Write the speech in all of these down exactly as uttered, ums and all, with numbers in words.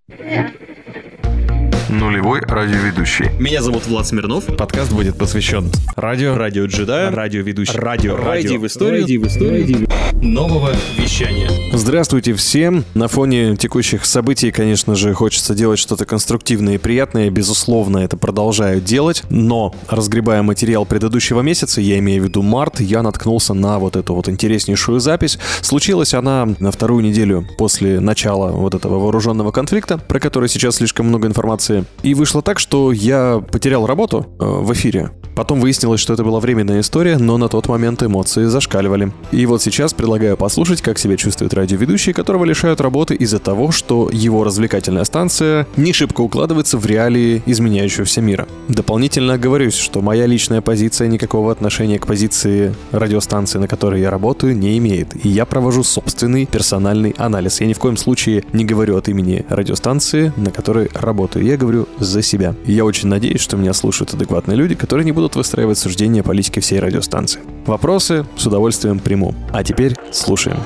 Нулевой радиоведущий. Меня зовут Влад Смирнов. Подкаст будет посвящен радио, радиоджедаю, радиоведущий, радио, радио в историю, радио в историю нового вещания. Здравствуйте всем. На фоне текущих событий, конечно же, хочется делать что-то конструктивное и приятное. Безусловно, это продолжаю делать. Но, разгребая материал предыдущего месяца, я имею в виду март, я наткнулся на вот эту вот интереснейшую запись. Случилась она на вторую неделю после начала вот этого вооруженного конфликта, про который сейчас слишком много информации. И вышло так, что я потерял работу э, в эфире. Потом выяснилось, что это была временная история, но на тот момент эмоции зашкаливали. И вот сейчас предлагаю послушать, как себя чувствует радиоведущий, которого лишают работы из-за того, что его развлекательная станция не шибко укладывается в реалии изменяющегося мира. Дополнительно оговорюсь, что моя личная позиция никакого отношения к позиции радиостанции, на которой я работаю, не имеет. И я провожу собственный персональный анализ. Я ни в коем случае не говорю от имени радиостанции, на которой работаю. Я говорю за себя. И я очень надеюсь, что меня слушают адекватные люди, которые не будут выстраивать суждения о политике всей радиостанции. Вопросы с удовольствием приму. А теперь слушаем.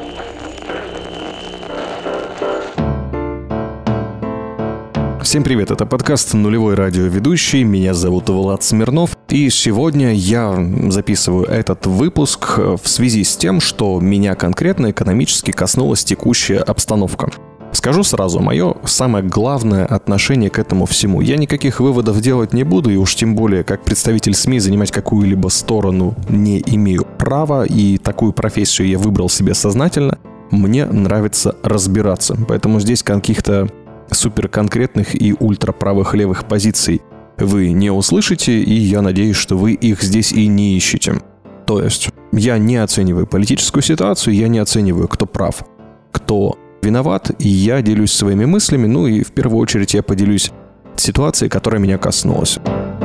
Всем привет, это подкаст «Нулевой радиоведущий», меня зовут Влад Смирнов, и сегодня я записываю этот выпуск в связи с тем, что меня конкретно экономически коснулась текущая обстановка. Скажу сразу, мое самое главное отношение к этому всему. Я никаких выводов делать не буду, и уж тем более, как представитель СМИ, занимать какую-либо сторону не имею права, и такую профессию я выбрал себе сознательно. Мне нравится разбираться, поэтому здесь каких-то суперконкретных и ультраправых левых позиций вы не услышите, и я надеюсь, что вы их здесь и не ищете. То есть, я не оцениваю политическую ситуацию, я не оцениваю, кто прав, кто виноват, и я делюсь своими мыслями, ну и в первую очередь я поделюсь ситуацией, которая меня коснулась.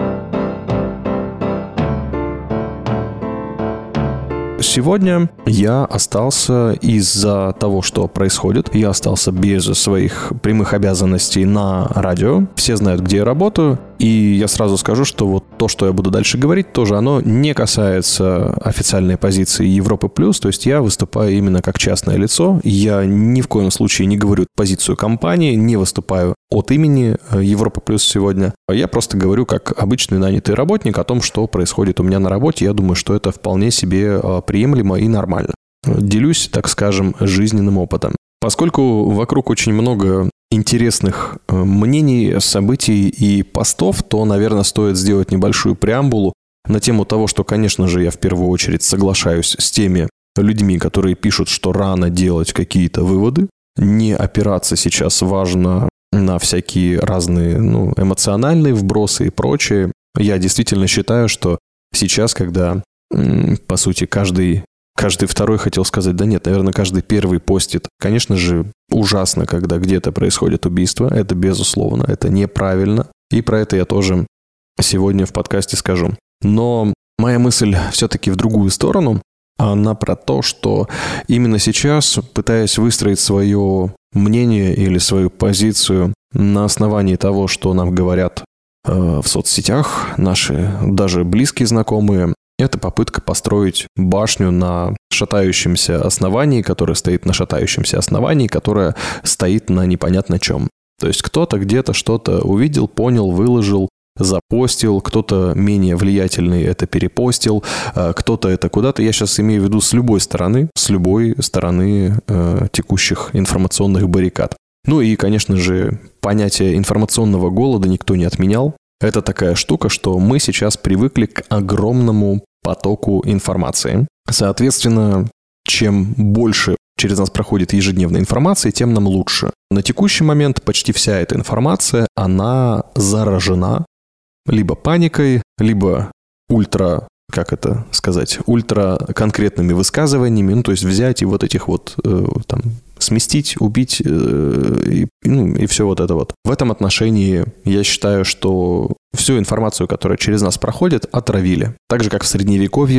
Сегодня я остался из-за того, что происходит, я остался без своих прямых обязанностей на радио. Все знают, где я работаю, и я сразу скажу, что вот то, что я буду дальше говорить, тоже оно не касается официальной позиции Европы Плюс, то есть я выступаю именно как частное лицо, я ни в коем случае не говорю позицию компании, не выступаю от имени Европы Плюс сегодня, я просто говорю как обычный нанятый работник о том, что происходит у меня на работе. Я думаю, что это вполне себе приемлемо и нормально. Делюсь, так скажем, жизненным опытом. Поскольку вокруг очень много интересных мнений, событий и постов, то, наверное, стоит сделать небольшую преамбулу на тему того, что, конечно же, я в первую очередь соглашаюсь с теми людьми, которые пишут, что рано делать какие-то выводы. Не опираться сейчас важно на всякие разные ну, эмоциональные вбросы и прочее. Я действительно считаю, что сейчас, когда, по сути, каждый... Каждый второй хотел сказать, да нет, наверное, каждый первый постит. Конечно же, ужасно, когда где-то происходит убийство. Это безусловно, это неправильно. И про это я тоже сегодня в подкасте скажу. Но моя мысль все-таки в другую сторону. Она про то, что именно сейчас, пытаясь выстроить свое мнение или свою позицию на основании того, что нам говорят э, в соцсетях, наши даже близкие знакомые, это попытка построить башню на шатающемся основании, которая стоит на шатающемся основании, которая стоит на непонятно чем. То есть кто-то где-то что-то увидел, понял, выложил, запостил, кто-то менее влиятельный это перепостил, кто-то это куда-то. Я сейчас имею в виду с любой стороны, с любой стороны э, текущих информационных баррикад. Ну и, конечно же, понятие информационного голода никто не отменял. Это такая штука, что мы сейчас привыкли к огромному потоку информации. Соответственно, чем больше через нас проходит ежедневной информации, тем нам лучше. На текущий момент почти вся эта информация, она заражена либо паникой, либо ультра, как это сказать, ультра конкретными высказываниями, ну, то есть взять и вот этих вот э, там сместить, убить э, и, ну, и все вот это вот. В этом отношении я считаю, что всю информацию, которая через нас проходит, отравили. Так же, как в Средневековье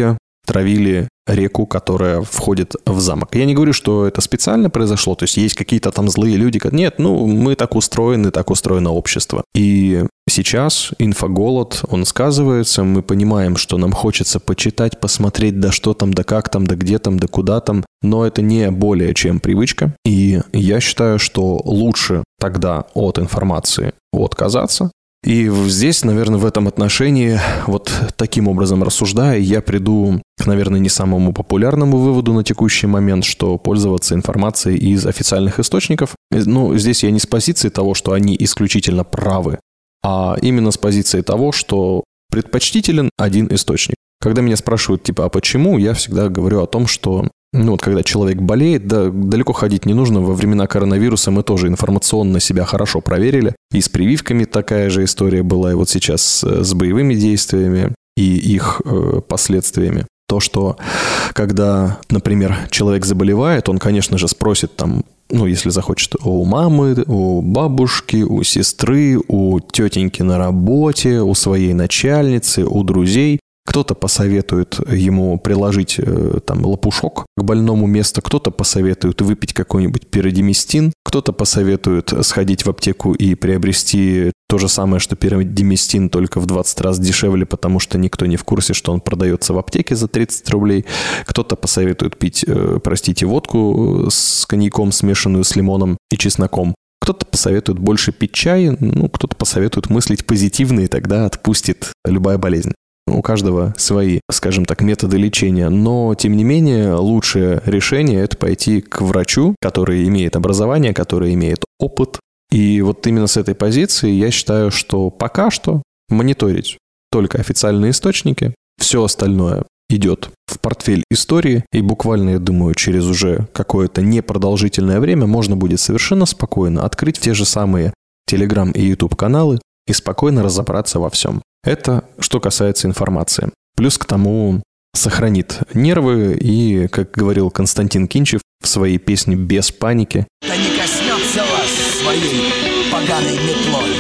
травили реку, которая входит в замок. Я не говорю, что это специально произошло, то есть есть какие-то там злые люди. Нет, ну, мы так устроены, так устроено общество. И сейчас инфоголод, он сказывается, мы понимаем, что нам хочется почитать, посмотреть, да что там, да как там, да где там, да куда там, но это не более чем привычка. И я считаю, что лучше тогда от информации отказаться. И здесь, наверное, в этом отношении, вот таким образом рассуждая, я приду к, наверное, не самому популярному выводу на текущий момент, что пользоваться информацией из официальных источников. Ну, здесь я не с позиции того, что они исключительно правы, а именно с позиции того, что предпочтителен один источник. Когда меня спрашивают, типа, а почему, я всегда говорю о том, что ну вот когда человек болеет, да, далеко ходить не нужно. Во времена коронавируса мы тоже информационно себя хорошо проверили. И с прививками такая же история была, и вот сейчас с, с боевыми действиями и их э, последствиями. То, что когда, например, человек заболевает, он, конечно же, спросит там, ну, если захочет, у мамы, у бабушки, у сестры, у тетеньки на работе, у своей начальницы, у друзей. Кто-то посоветует ему приложить там лопушок к больному месту, кто-то посоветует выпить какой-нибудь пиридимистин, кто-то посоветует сходить в аптеку и приобрести то же самое, что пиридимистин, только в двадцать раз дешевле, потому что никто не в курсе, что он продается в аптеке за тридцать рублей. Кто-то посоветует пить, простите, водку с коньяком, смешанную с лимоном и чесноком. Кто-то посоветует больше пить чай, ну, кто-то посоветует мыслить позитивно, и тогда отпустит любая болезнь. У каждого свои, скажем так, методы лечения, но, тем не менее, лучшее решение – это пойти к врачу, который имеет образование, который имеет опыт. И вот именно с этой позиции я считаю, что пока что мониторить только официальные источники, все остальное идет в портфель истории, и буквально, я думаю, через уже какое-то непродолжительное время можно будет совершенно спокойно открыть те же самые Telegram и YouTube каналы и спокойно разобраться во всем. Это что касается информации. Плюс к тому сохранит нервы и, как говорил Константин Кинчев в своей песне «Без паники». Да не коснется вас своей поганой метлой,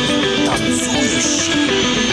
танцующий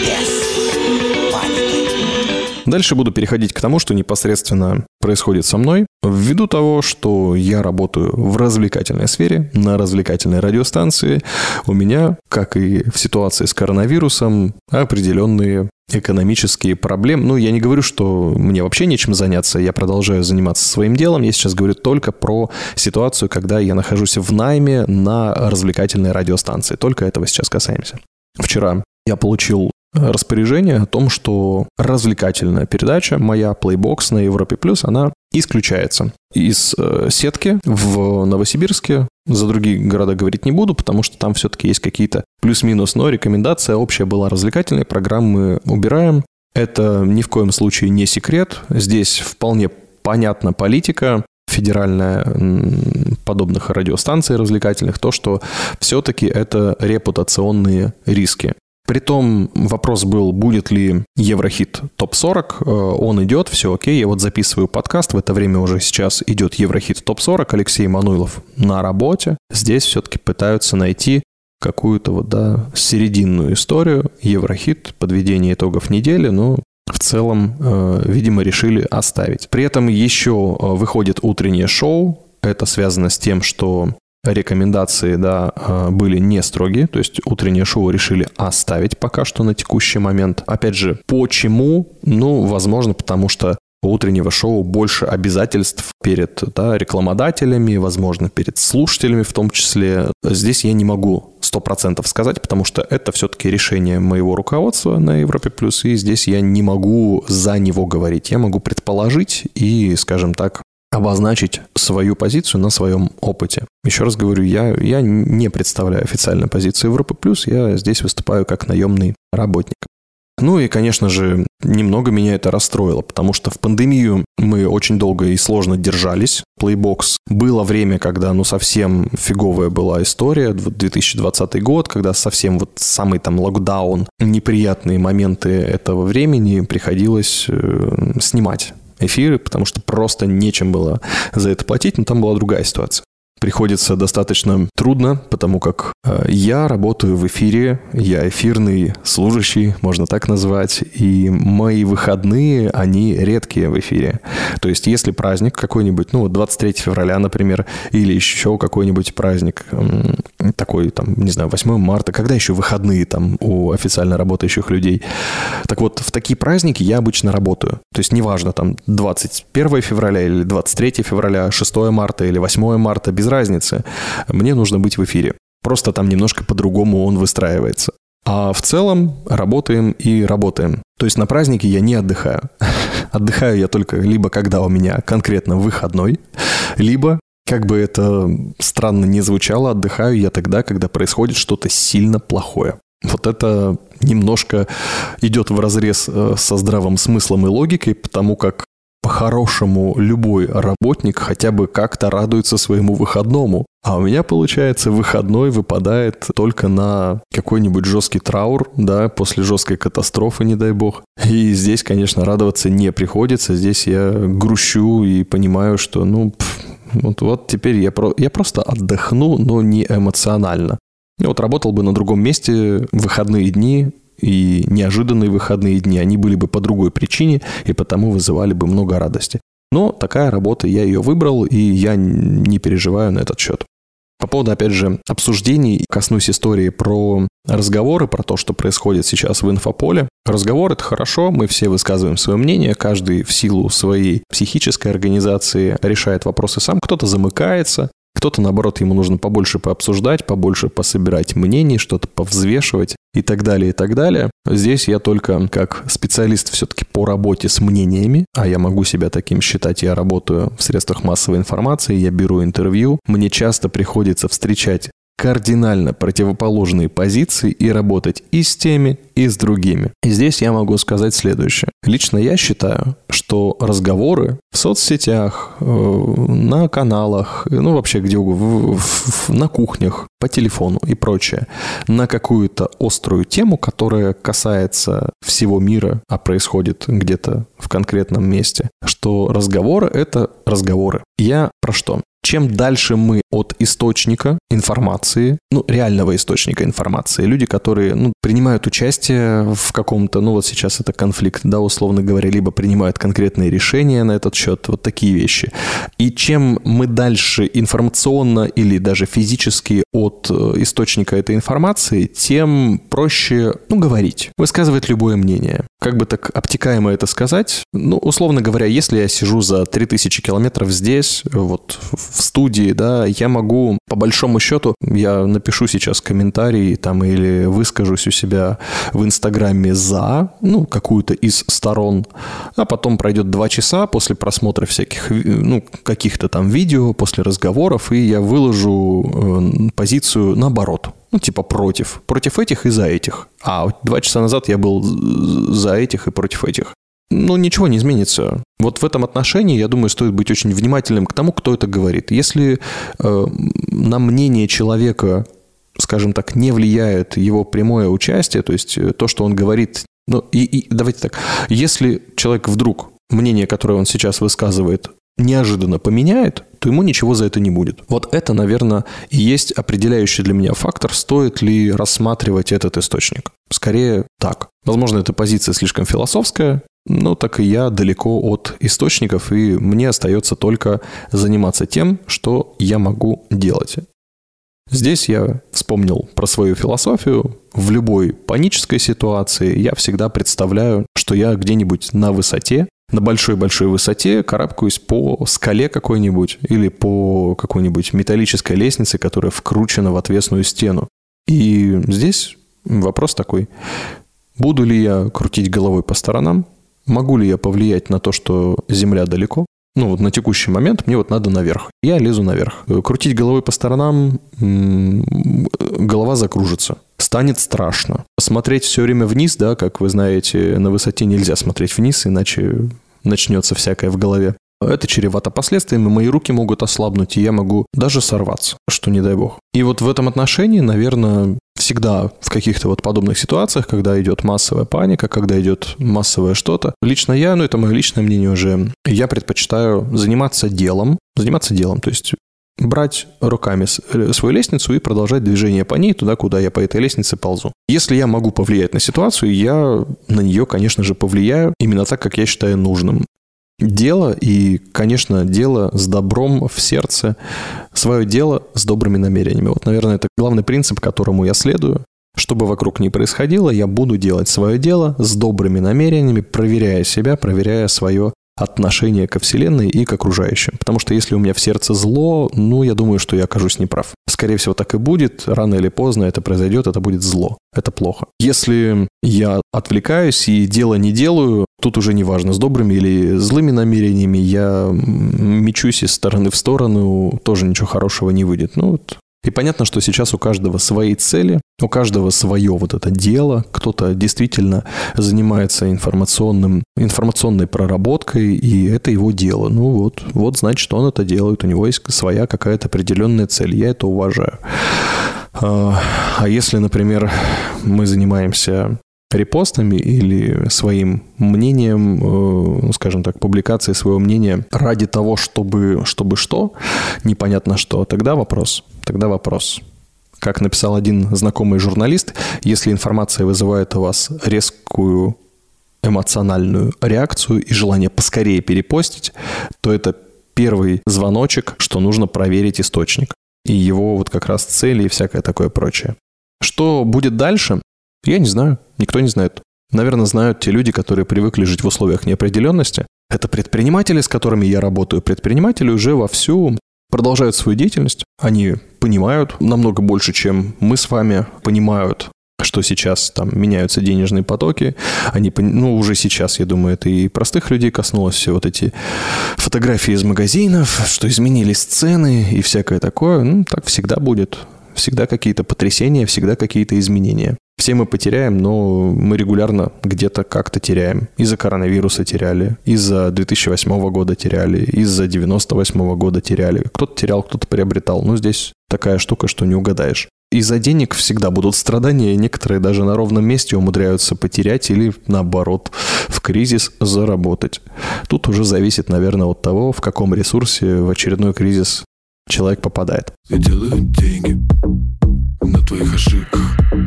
без паники. Дальше буду переходить к тому, что непосредственно происходит со мной. Ввиду того, что я работаю в развлекательной сфере, на развлекательной радиостанции, у меня, как и в ситуации с коронавирусом, определенные экономические проблемы. Ну, я не говорю, что мне вообще нечем заняться, я продолжаю заниматься своим делом. Я сейчас говорю только про ситуацию, когда я нахожусь в найме на развлекательной радиостанции. Только этого сейчас касаемся. Вчера я получил распоряжение о том, что развлекательная передача моя Playbox на Европе Плюс, она исключается из э, сетки в Новосибирске. За другие города говорить не буду, потому что там все-таки есть какие-то плюс-минус, но рекомендация общая была развлекательной, программы убираем. Это ни в коем случае не секрет. Здесь вполне понятна политика федеральная подобных радиостанций развлекательных, то, что все-таки это репутационные риски. Притом вопрос был, будет ли Еврохит топ сорок, он идет, все окей, я вот записываю подкаст, в это время уже сейчас идет Еврохит топ сорок, Алексей Мануйлов на работе, здесь все-таки пытаются найти какую-то вот, да, серединную историю, Еврохит, подведение итогов недели, но в целом, видимо, решили оставить. При этом еще выходит утреннее шоу, это связано с тем, что рекомендации, да, были не строгие, то есть утреннее шоу решили оставить пока что на текущий момент. Опять же, почему? Ну, возможно, потому что у утреннего шоу больше обязательств перед, да, рекламодателями, возможно, перед слушателями в том числе. Здесь я не могу сто процентов сказать, потому что это все-таки решение моего руководства на Европе+, и здесь я не могу за него говорить. Я могу предположить и, скажем так, обозначить свою позицию на своем опыте. Еще раз говорю, я, я не представляю официальную позицию Европы+, я здесь выступаю как наемный работник. Ну и, конечно же, немного меня это расстроило, потому что в пандемию мы очень долго и сложно держались. Playbox. Было время, когда, ну, совсем фиговая была история, две тысячи двадцатый год, когда совсем вот самый там локдаун, неприятные моменты этого времени приходилось э, снимать эфиры, потому что просто нечем было за это платить, но там была другая ситуация. приходится достаточно трудно, потому как э, я работаю в эфире, я эфирный служащий, можно так назвать, и мои выходные, они редкие в эфире. То есть, если праздник какой-нибудь, ну, двадцать третьего февраля, например, или еще какой-нибудь праздник, э, такой, там, не знаю, восьмого марта, когда еще выходные там у официально работающих людей. Так вот, в такие праздники я обычно работаю. То есть, неважно, там, двадцать первого февраля или двадцать третьего февраля, шестого марта или восьмого марта, без разницы. Мне нужно быть в эфире. Просто там немножко по-другому он выстраивается. А в целом работаем и работаем. То есть на празднике я не отдыхаю. Отдыхаю я только либо когда у меня конкретно выходной, либо, как бы это странно ни звучало, отдыхаю я тогда, когда происходит что-то сильно плохое. Вот это немножко идет вразрез со здравым смыслом и логикой, потому как по-хорошему любой работник хотя бы как-то радуется своему выходному. А у меня, получается, выходной выпадает только на какой-нибудь жесткий траур, да, после жесткой катастрофы, не дай бог. И здесь, конечно, радоваться не приходится. Здесь я грущу и понимаю, что, ну, пф, вот, вот теперь я, про, я просто отдохну, но не эмоционально. Я вот работал бы на другом месте в выходные дни, и неожиданные выходные дни, они были бы по другой причине, и потому вызывали бы много радости. Но такая работа, я ее выбрал, и я не переживаю на этот счет. По поводу, опять же, обсуждений, коснусь истории про разговоры, про то, что происходит сейчас в инфополе. Разговор — это хорошо, мы все высказываем свое мнение, каждый в силу своей психической организации решает вопросы сам, кто-то замыкается, кто-то, наоборот, ему нужно побольше пообсуждать, побольше пособирать мнений, что-то повзвешивать и так далее, и так далее. Здесь я только как специалист все-таки по работе с мнениями, а я могу себя таким считать, я работаю в средствах массовой информации, я беру интервью, мне часто приходится встречать кардинально противоположные позиции и работать и с теми, и с другими. И здесь я могу сказать следующее. Лично я считаю, что разговоры в соцсетях, на каналах, ну вообще где угодно, на кухнях, по телефону и прочее, на какую-то острую тему, которая касается всего мира, а происходит где-то в конкретном месте, что разговоры — это разговоры. Я про что? Чем дальше мы от источника информации, ну, реального источника информации, люди, которые, ну, принимают участие в каком-то, ну, вот сейчас это конфликт, да, условно говоря, либо принимают конкретные решения на этот счет, вот такие вещи. И чем мы дальше информационно или даже физически от источника этой информации, тем проще, ну, говорить, высказывать любое мнение. Как бы так обтекаемо это сказать? Ну, условно говоря, если я сижу за три тысячи километров здесь, вот в студии, да, я могу, по большому счету, я напишу сейчас комментарий там или выскажусь у себя в Инстаграме за, ну, какую-то из сторон, а потом пройдет два часа после просмотра всяких, ну, каких-то там видео, после разговоров, и я выложу э, позицию наоборот. Ну, типа против. Против этих и за этих. А два часа назад я был за этих и против этих. Ну, ничего не изменится. Вот в этом отношении, я думаю, стоит быть очень внимательным к тому, кто это говорит. Если э, на мнение человека, скажем так, не влияет его прямое участие, то есть то, что он говорит... Ну, и, и давайте так. Если человек вдруг мнение, которое он сейчас высказывает, неожиданно поменяет, то ему ничего за это не будет. Вот это, наверное, и есть определяющий для меня фактор, стоит ли рассматривать этот источник. Скорее так. Возможно, эта позиция слишком философская, но так и я далеко от источников, и мне остается только заниматься тем, что я могу делать. Здесь я вспомнил про свою философию. В любой панической ситуации я всегда представляю, что я где-нибудь на высоте, на большой-большой высоте карабкаюсь по скале какой-нибудь или по какой-нибудь металлической лестнице, которая вкручена в отвесную стену. И здесь вопрос такой. Буду ли я крутить головой по сторонам? Могу ли я повлиять на то, что Земля далеко? Ну, вот на текущий момент мне вот надо наверх. Я лезу наверх. Крутить головой по сторонам, голова закружится. Станет страшно. Смотреть все время вниз, да, как вы знаете, на высоте нельзя смотреть вниз, иначе начнется всякое в голове. Это чревато последствиями, мои руки могут ослабнуть, и я могу даже сорваться, что не дай бог. И вот в этом отношении, наверное, всегда в каких-то вот подобных ситуациях, когда идет массовая паника, когда идет массовое что-то, лично я, ну это мое личное мнение уже, я предпочитаю заниматься делом, заниматься делом, то есть брать руками свою лестницу и продолжать движение по ней туда, куда я по этой лестнице ползу. Если я могу повлиять на ситуацию, я на нее, конечно же, повлияю именно так, как я считаю нужным. Дело, и, конечно, дело с добром в сердце, свое дело с добрыми намерениями. Вот, наверное, это главный принцип, которому я следую. Что бы вокруг ни происходило, я буду делать свое дело с добрыми намерениями, проверяя себя, проверяя свое отношение ко Вселенной и к окружающим. Потому что если у меня в сердце зло, ну, я думаю, что я окажусь неправ. Скорее всего, так и будет. Рано или поздно это произойдет, это будет зло. Это плохо. Если я отвлекаюсь и дело не делаю, тут уже не важно, с добрыми или злыми намерениями, я мечусь из стороны в сторону, тоже ничего хорошего не выйдет. Ну, вот. И понятно, что сейчас у каждого свои цели, у каждого свое вот это дело. Кто-то действительно занимается информационным, информационной проработкой, и это его дело. Ну вот, вот значит, он это делает, у него есть своя какая-то определенная цель. Я это уважаю. А если, например, мы занимаемся репостами или своим мнением, скажем так, публикацией своего мнения ради того, чтобы, чтобы что, непонятно что, тогда вопрос, тогда вопрос. Как написал один знакомый журналист, если информация вызывает у вас резкую эмоциональную реакцию и желание поскорее перепостить, то это первый звоночек, что нужно проверить источник и его вот как раз цели и всякое такое прочее. Что будет дальше? Я не знаю, никто не знает. Наверное, знают те люди, которые привыкли жить в условиях неопределенности. Это предприниматели, с которыми я работаю. Предприниматели уже вовсю продолжают свою деятельность. Они понимают намного больше, чем мы с вами, понимают, что сейчас там меняются денежные потоки. Они, ну, уже сейчас, я думаю, это и простых людей коснулось. Все вот эти фотографии из магазинов, что изменились цены и всякое такое. Ну, так всегда будет. Всегда какие-то потрясения, всегда какие-то изменения. Все мы потеряем, но мы регулярно где-то как-то теряем. Из-за коронавируса теряли, из-за две тысячи восьмого года теряли, из-за девяносто восьмого года теряли. Кто-то терял, кто-то приобретал. Но здесь такая штука, что не угадаешь. Из-за денег всегда будут страдания. Некоторые даже на ровном месте умудряются потерять или, наоборот, в кризис заработать. Тут уже зависит, наверное, от того, в каком ресурсе в очередной кризис человек попадает. И делают деньги на твоих ошибках.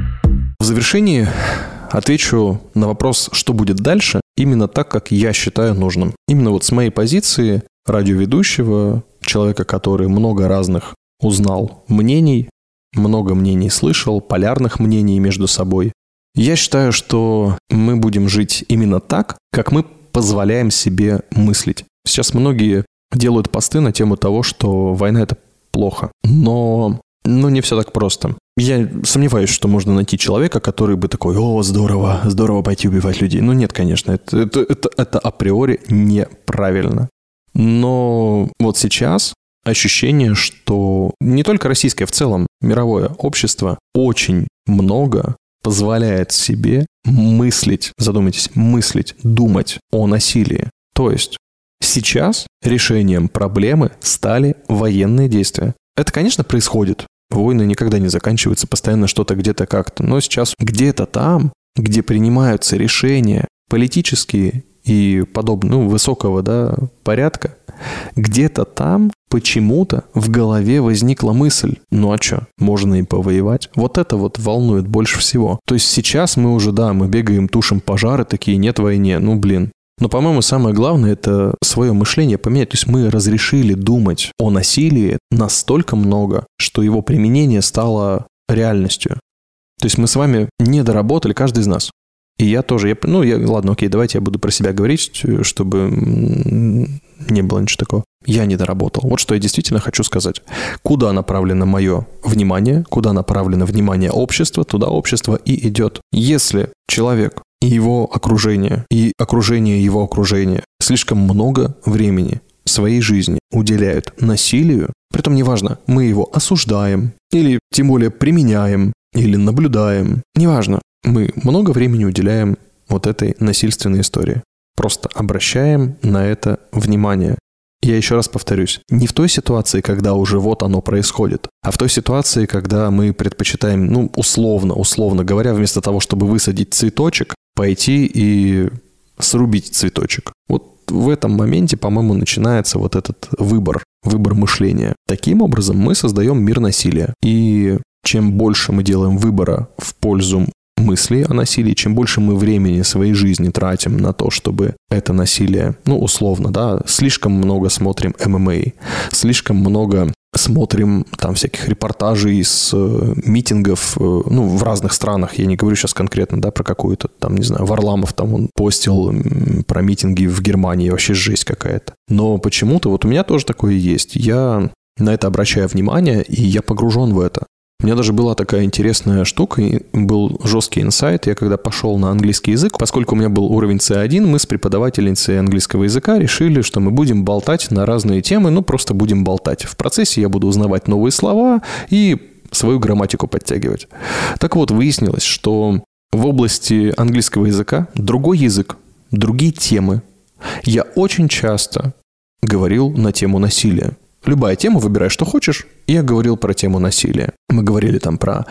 В завершении отвечу на вопрос, что будет дальше, именно так, как я считаю нужным. Именно вот с моей позиции радиоведущего, человека, который много разных узнал мнений, много мнений слышал, полярных мнений между собой. Я считаю, что мы будем жить именно так, как мы позволяем себе мыслить. Сейчас многие делают посты на тему того, что война – это плохо. Но, но не все так просто. Я сомневаюсь, что можно найти человека, который бы такой: «О, здорово, здорово пойти убивать людей». Ну нет, конечно, это, это, это, это априори неправильно. Но вот сейчас ощущение, что не только российское, в целом мировое общество очень много позволяет себе мыслить, задумайтесь, мыслить, думать о насилии. То есть сейчас решением проблемы стали военные действия. Это, конечно, происходит. Войны никогда не заканчиваются, постоянно что-то где-то как-то. Но сейчас где-то там, где принимаются решения политические и подобные, ну, высокого, да, порядка, где-то там почему-то в голове возникла мысль: ну а что, можно и повоевать. Вот это вот волнует больше всего. То есть сейчас мы уже, да, мы бегаем, тушим пожары, такие: нет войне, ну блин. Но, по-моему, самое главное – это свое мышление поменять. То есть мы разрешили думать о насилии настолько много, что его применение стало реальностью. То есть мы с вами не доработали, каждый из нас. И я тоже, я, ну, я, ладно, окей, давайте я буду про себя говорить, чтобы не было ничего такого. Я не доработал. Вот что я действительно хочу сказать. Куда направлено мое внимание, куда направлено внимание общества, туда общество и идет. Если человек и его окружение, и окружение его окружения слишком много времени своей жизни уделяют насилию, притом неважно, мы его осуждаем, или тем более применяем, или наблюдаем, неважно, мы много времени уделяем вот этой насильственной истории. Просто обращаем на это внимание. Я еще раз повторюсь, не в той ситуации, когда уже вот оно происходит, а в той ситуации, когда мы предпочитаем, ну, условно, условно говоря, вместо того, чтобы высадить цветочек, пойти и срубить цветочек. Вот вот в этом моменте, по-моему, начинается вот этот выбор, выбор мышления. Таким образом мы создаем мир насилия. И чем больше мы делаем выбора в пользу мысли о насилии, чем больше мы времени своей жизни тратим на то, чтобы это насилие, ну, условно, да, слишком много смотрим эм эм а, слишком много смотрим там всяких репортажей из э, митингов, э, ну, в разных странах, я не говорю сейчас конкретно, да, про какую-то, там, не знаю, Варламов там он постил э, про митинги в Германии, вообще жесть какая-то. Но почему-то вот у меня тоже такое есть, я на это обращаю внимание, и я погружен в это. У меня даже была такая интересная штука, был жесткий инсайт. Я когда пошел на английский язык, поскольку у меня был уровень си один, мы с преподавательницей английского языка решили, что мы будем болтать на разные темы, ну просто будем болтать. В процессе я буду узнавать новые слова и свою грамматику подтягивать. Так вот, выяснилось, что в области английского языка другой язык, другие темы. Я очень часто говорил на тему насилия. Любая тема, выбирай, что хочешь. Я говорил про тему насилия. Мы говорили там про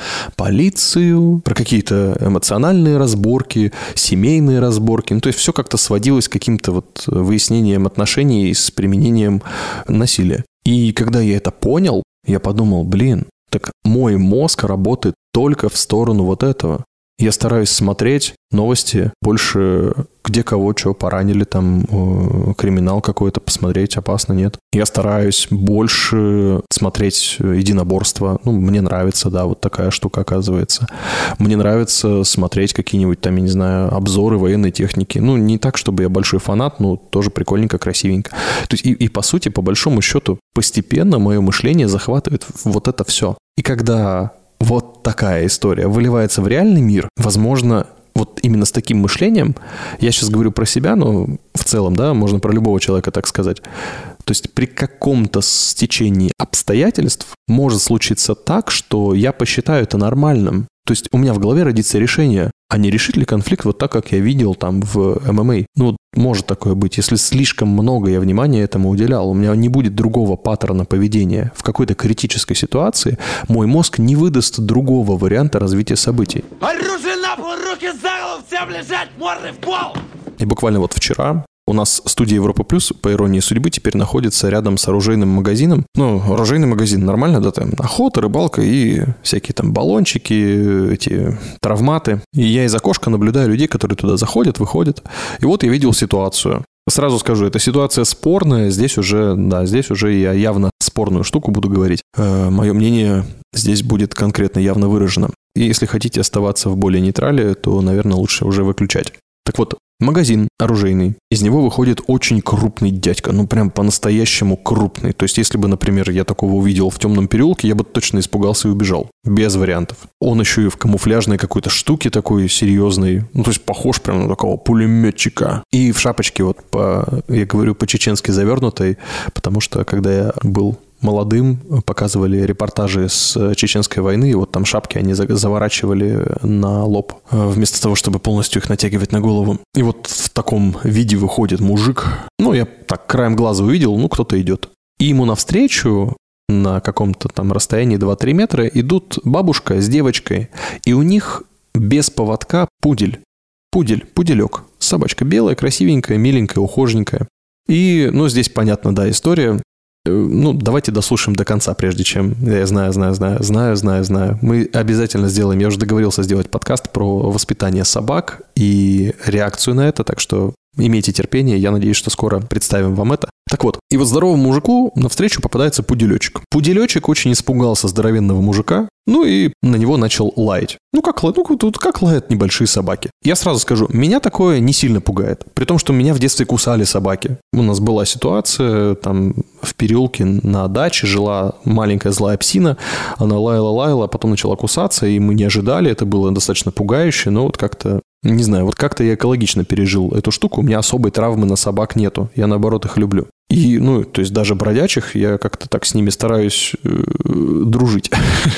полицию, про какие-то эмоциональные разборки, семейные разборки. Ну, то есть все как-то сводилось к каким-то вот выяснениям отношений с применением насилия. И когда я это понял, я подумал, блин, так мой мозг работает только в сторону вот этого. Я стараюсь смотреть новости больше, где кого, что поранили, там э, криминал какой-то посмотреть, опасно, нет. Я стараюсь больше смотреть единоборство. Ну, мне нравится, да, вот такая штука оказывается. Мне нравится смотреть какие-нибудь там, я не знаю, обзоры военной техники. Ну, не так, чтобы я большой фанат, но тоже прикольненько, красивенько. То есть и, и по сути, по большому счету, постепенно мое мышление захватывает вот это все. И когда вот такая история выливается в реальный мир, возможно, вот именно с таким мышлением, я сейчас говорю про себя, но в целом, да, можно про любого человека так сказать. То есть при каком-то стечении обстоятельств может случиться так, что я посчитаю это нормальным. То есть у меня в голове родится решение, а не решит ли конфликт вот так, как я видел там в эм эм а. Ну, может такое быть, если слишком много я внимания этому уделял. У меня не будет другого паттерна поведения. В какой-то критической ситуации мой мозг не выдаст другого варианта развития событий. Оружие на пол, руки за голову, всем лежать, морды в пол! И буквально вот вчера у нас студия Европа Плюс, по иронии судьбы, теперь находится рядом с оружейным магазином. Ну, оружейный магазин нормально, да, там охота, рыбалка и всякие там баллончики, эти травматы. И я из окошка наблюдаю людей, которые туда заходят, выходят. И вот я видел ситуацию. Сразу скажу, эта ситуация спорная, здесь уже, да, здесь уже я явно спорную штуку буду говорить. Э, мое мнение здесь будет конкретно явно выражено. И если хотите оставаться в более нейтрале, то, наверное, лучше уже выключать. Так вот, магазин оружейный, из него выходит очень крупный дядька, ну прям по-настоящему крупный. То есть если бы, например, я такого увидел в темном переулке, я бы точно испугался и убежал. Без вариантов. Он еще и в камуфляжной какой-то штуке такой серьезной, ну то есть похож прям на такого пулеметчика. И в шапочке вот, по, я говорю, по-чеченски завернутой, потому что когда я был молодым, показывали репортажи с Чеченской войны, и вот там шапки они заворачивали на лоб, вместо того, чтобы полностью их натягивать на голову. И вот в таком виде выходит мужик. Ну, я так краем глаза увидел, ну, кто-то идет. И ему навстречу на каком-то там расстоянии два-три метра идут бабушка с девочкой, и у них без поводка пудель. Пудель, пуделек. Собачка белая, красивенькая, миленькая, ухоженькая. И, ну, здесь понятна, да, история. Ну, давайте дослушаем до конца, прежде чем... Я знаю, знаю, знаю, знаю, знаю, знаю. Мы обязательно сделаем... Я уже договорился сделать подкаст про воспитание собак и реакцию на это, так что имейте терпение. Я надеюсь, что скоро представим вам это. Так вот, и вот здоровому мужику навстречу попадается пуделечек. Пуделечек очень испугался здоровенного мужика, ну и на него начал лаять. Ну как, ну, тут как лают небольшие собаки. Я сразу скажу, меня такое не сильно пугает. При том, что меня в детстве кусали собаки. У нас была ситуация, там в переулке на даче жила маленькая злая псина. Она лаяла-лаяла, а потом начала кусаться, и мы не ожидали. Это было достаточно пугающе, но вот как-то... Не знаю, вот как-то я экологично пережил эту штуку. У меня особой травмы на собак нету. Я, наоборот, их люблю. И, ну, то есть даже бродячих я как-то так с ними стараюсь э, дружить.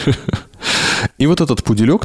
И вот этот пуделек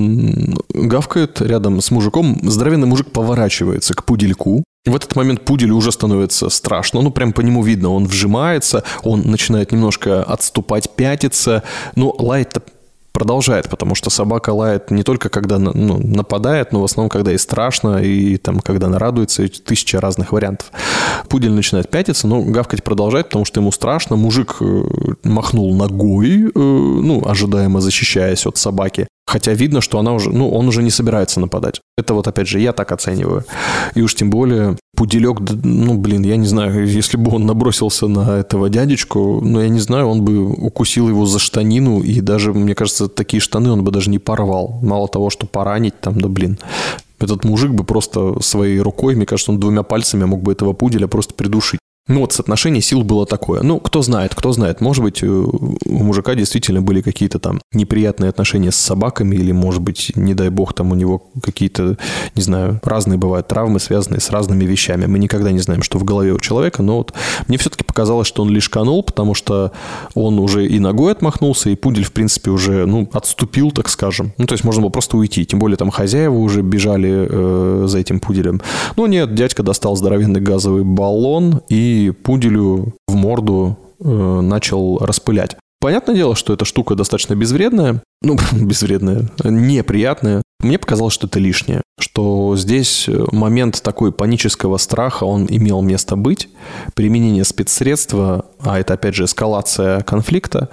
гавкает рядом с мужиком. Здоровенный мужик поворачивается к пудельку. В этот момент пуделю уже становится страшно. Ну, прям по нему видно, он вжимается, он начинает немножко отступать, пятиться. Но лает-то продолжает, потому что собака лает не только когда ну, нападает, но в основном, когда ей страшно, и там, когда она радуется, и тысяча разных вариантов. Пудель начинает пятиться, но гавкать продолжает, потому что ему страшно. Мужик махнул ногой, ну, ожидаемо защищаясь от собаки. Хотя видно, что она уже, ну, он уже не собирается нападать. Это вот, опять же, я так оцениваю. И уж тем более пуделек, ну, блин, я не знаю, если бы он набросился на этого дядечку, ну, я не знаю, он бы укусил его за штанину, и даже, мне кажется, такие штаны он бы даже не порвал. Мало того, что поранить там, да, блин. Этот мужик бы просто своей рукой, мне кажется, он двумя пальцами мог бы этого пуделя просто придушить. Ну, вот соотношение сил было такое. Ну, кто знает, кто знает. Может быть, у мужика действительно были какие-то там неприятные отношения с собаками, или, может быть, не дай бог, там у него какие-то, не знаю, разные бывают травмы, связанные с разными вещами. Мы никогда не знаем, что в голове у человека, но вот мне все-таки показалось, что он лишканул, потому что он уже и ногой отмахнулся, и пудель, в принципе, уже, ну, отступил, так скажем. Ну, то есть можно было просто уйти. Тем более там хозяева уже бежали э, за этим пуделем. Ну, нет, дядька достал здоровенный газовый баллон и И пуделю в морду э, начал распылять. Понятное дело, что эта штука достаточно безвредная. Ну, безвредная, неприятная. Мне показалось, что это лишнее. Что здесь момент такой панического страха, он имел место быть. Применение спецсредства, а это, опять же, эскалация конфликта.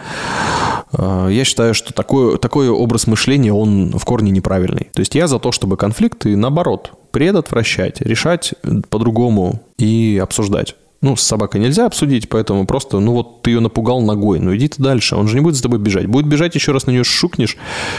Э, я считаю, что такой, такой образ мышления, он в корне неправильный. То есть я за то, чтобы конфликты, наоборот, предотвращать, решать по-другому и обсуждать. Ну, с собакой нельзя обсудить, поэтому просто, ну вот ты ее напугал ногой, ну иди ты дальше, он же не будет за тобой бежать. Будет бежать, еще раз на нее шукнешь,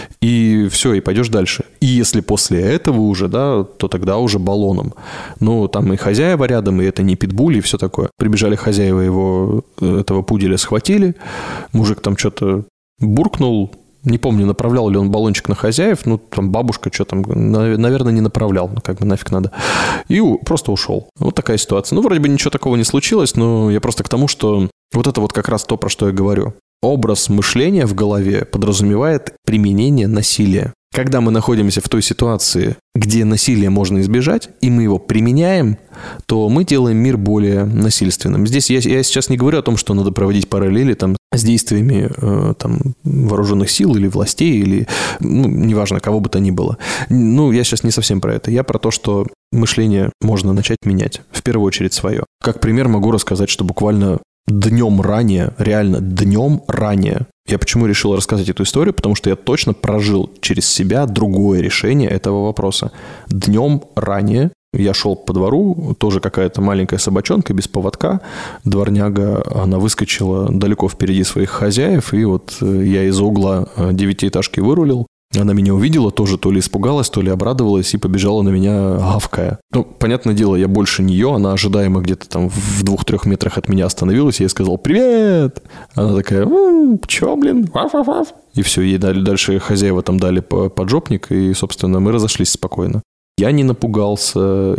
и все, и пойдешь дальше. И если после этого уже, да, то тогда уже баллоном. Ну, там и хозяева рядом, и это не питбуль, и все такое. Прибежали хозяева его, этого пуделя схватили, мужик там что-то буркнул. Не помню, направлял ли он баллончик на хозяев. Ну, там бабушка что там, наверное, не направлял. Как бы нафиг надо. И просто ушел. Вот такая ситуация. Ну, вроде бы ничего такого не случилось, но я просто к тому, что вот это вот как раз то, про что я говорю. Образ мышления в голове подразумевает применение насилия. Когда мы находимся в той ситуации, где насилие можно избежать, и мы его применяем, то мы делаем мир более насильственным. Здесь я, я сейчас не говорю о том, что надо проводить параллели там, с действиями э, там, вооруженных сил или властей, или, ну, неважно, кого бы то ни было. Ну, я сейчас не совсем про это. Я про то, что мышление можно начать менять. В первую очередь свое. Как пример могу рассказать, что буквально днем ранее, реально днем ранее, я почему решил рассказать эту историю? Потому что я точно прожил через себя другое решение этого вопроса. Днем ранее я шел по двору, тоже какая-то маленькая собачонка без поводка, дворняга, она выскочила далеко впереди своих хозяев, и вот я из-за угла девятиэтажки вырулил. Она меня увидела, тоже то ли испугалась, то ли обрадовалась и побежала на меня, гавкая. Ну, понятное дело, я больше нее, она ожидаемо где-то там в двух-трех метрах от меня остановилась, и я сказал «Привет!». Она такая «М-м, чё, блин, ваф-ваф-ваф». И все, ей дали, дальше хозяева там дали поджопник, и, собственно, мы разошлись спокойно. Я не напугался,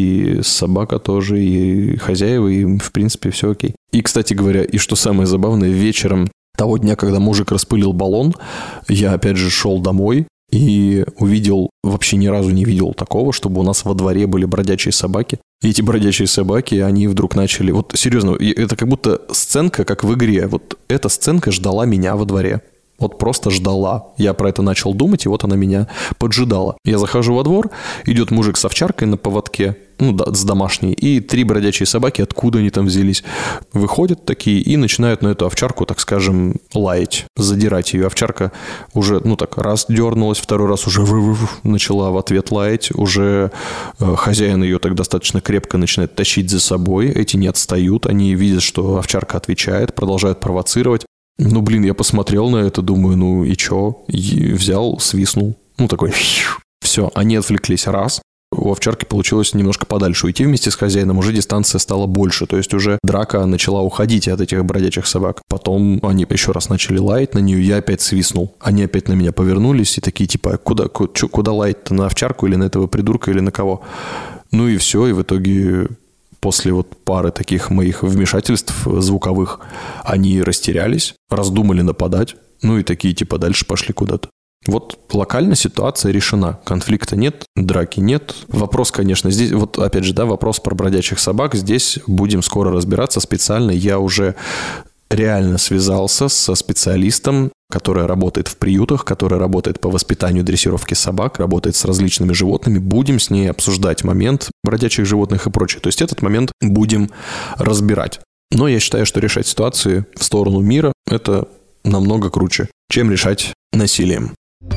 и собака тоже, и хозяева, и, в принципе, все окей. И, кстати говоря, и что самое забавное, вечером того дня, когда мужик распылил баллон, я опять же шел домой и увидел, вообще ни разу не видел такого, чтобы у нас во дворе были бродячие собаки. И эти бродячие собаки, они вдруг начали... Вот серьезно, это как будто сценка, как в игре. Вот эта сценка ждала меня во дворе. Вот просто ждала. Я про это начал думать, и вот она меня поджидала. Я захожу во двор, идет мужик с овчаркой на поводке, ну, да, с домашней, и три бродячие собаки, откуда они там взялись, выходят такие и начинают на эту овчарку, так скажем, лаять, задирать ее. Овчарка уже, ну, так, раз дернулась, второй раз уже начала в ответ лаять, уже э, хозяин ее так достаточно крепко начинает тащить за собой, эти не отстают, они видят, что овчарка отвечает, продолжают провоцировать. Ну, блин, я посмотрел на это, думаю, ну и чё? И взял, свистнул. Ну, такой, все, они отвлеклись, раз. У овчарки получилось немножко подальше уйти вместе с хозяином, уже дистанция стала больше, то есть уже драка начала уходить от этих бродячих собак. Потом они еще раз начали лаять на нее, я опять свистнул. Они опять на меня повернулись и такие, типа, куда, куда, куда лаять-то, на овчарку или на этого придурка, или на кого? Ну и все, и в итоге... После вот пары таких моих вмешательств звуковых они растерялись, раздумали нападать, ну и такие типа дальше пошли куда-то. Вот локально ситуация решена. Конфликта нет, драки нет. Вопрос, конечно, здесь, вот опять же, да, вопрос про бродячих собак. Здесь будем скоро разбираться специально. Я уже реально связался со специалистом которая работает в приютах, которая работает по воспитанию и дрессировке собак, работает с различными животными. Будем с ней обсуждать момент бродячих животных и прочее. То есть этот момент будем разбирать. Но я считаю, что решать ситуации в сторону мира – это намного круче, чем решать насилием.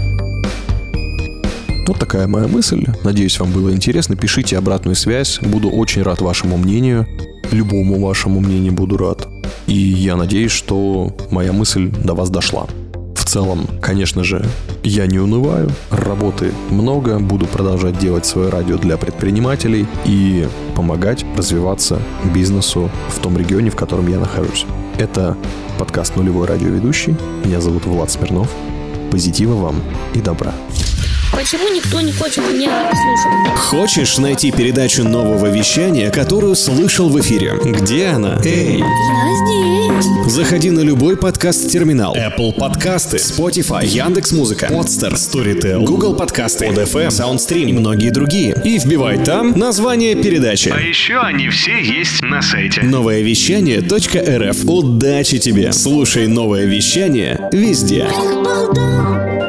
Вот такая моя мысль. Надеюсь, вам было интересно. Пишите обратную связь. Буду очень рад вашему мнению. Любому вашему мнению буду рад. И я надеюсь, что моя мысль до вас дошла. В целом, конечно же, я не унываю. Работы много. Буду продолжать делать свое радио для предпринимателей и помогать развиваться бизнесу в том регионе, в котором я нахожусь. Это подкаст «Нулевой радиоведущий». Меня зовут Влад Смирнов. Позитива вам и добра. Почему никто не хочет меня слушать? Хочешь найти передачу нового вещания, которую слышал в эфире? Где она? Эй! Я здесь. Заходи на любой подкаст-терминал. Apple подкасты, Spotify, Яндекс.Музыка, Podster, Storytel, Google подкасты, Pod эф эм, Soundstream и многие другие. И вбивай там название передачи. А еще они все есть на сайте. новое вещание точка эр эф. Удачи тебе! Слушай новое вещание везде. Балда.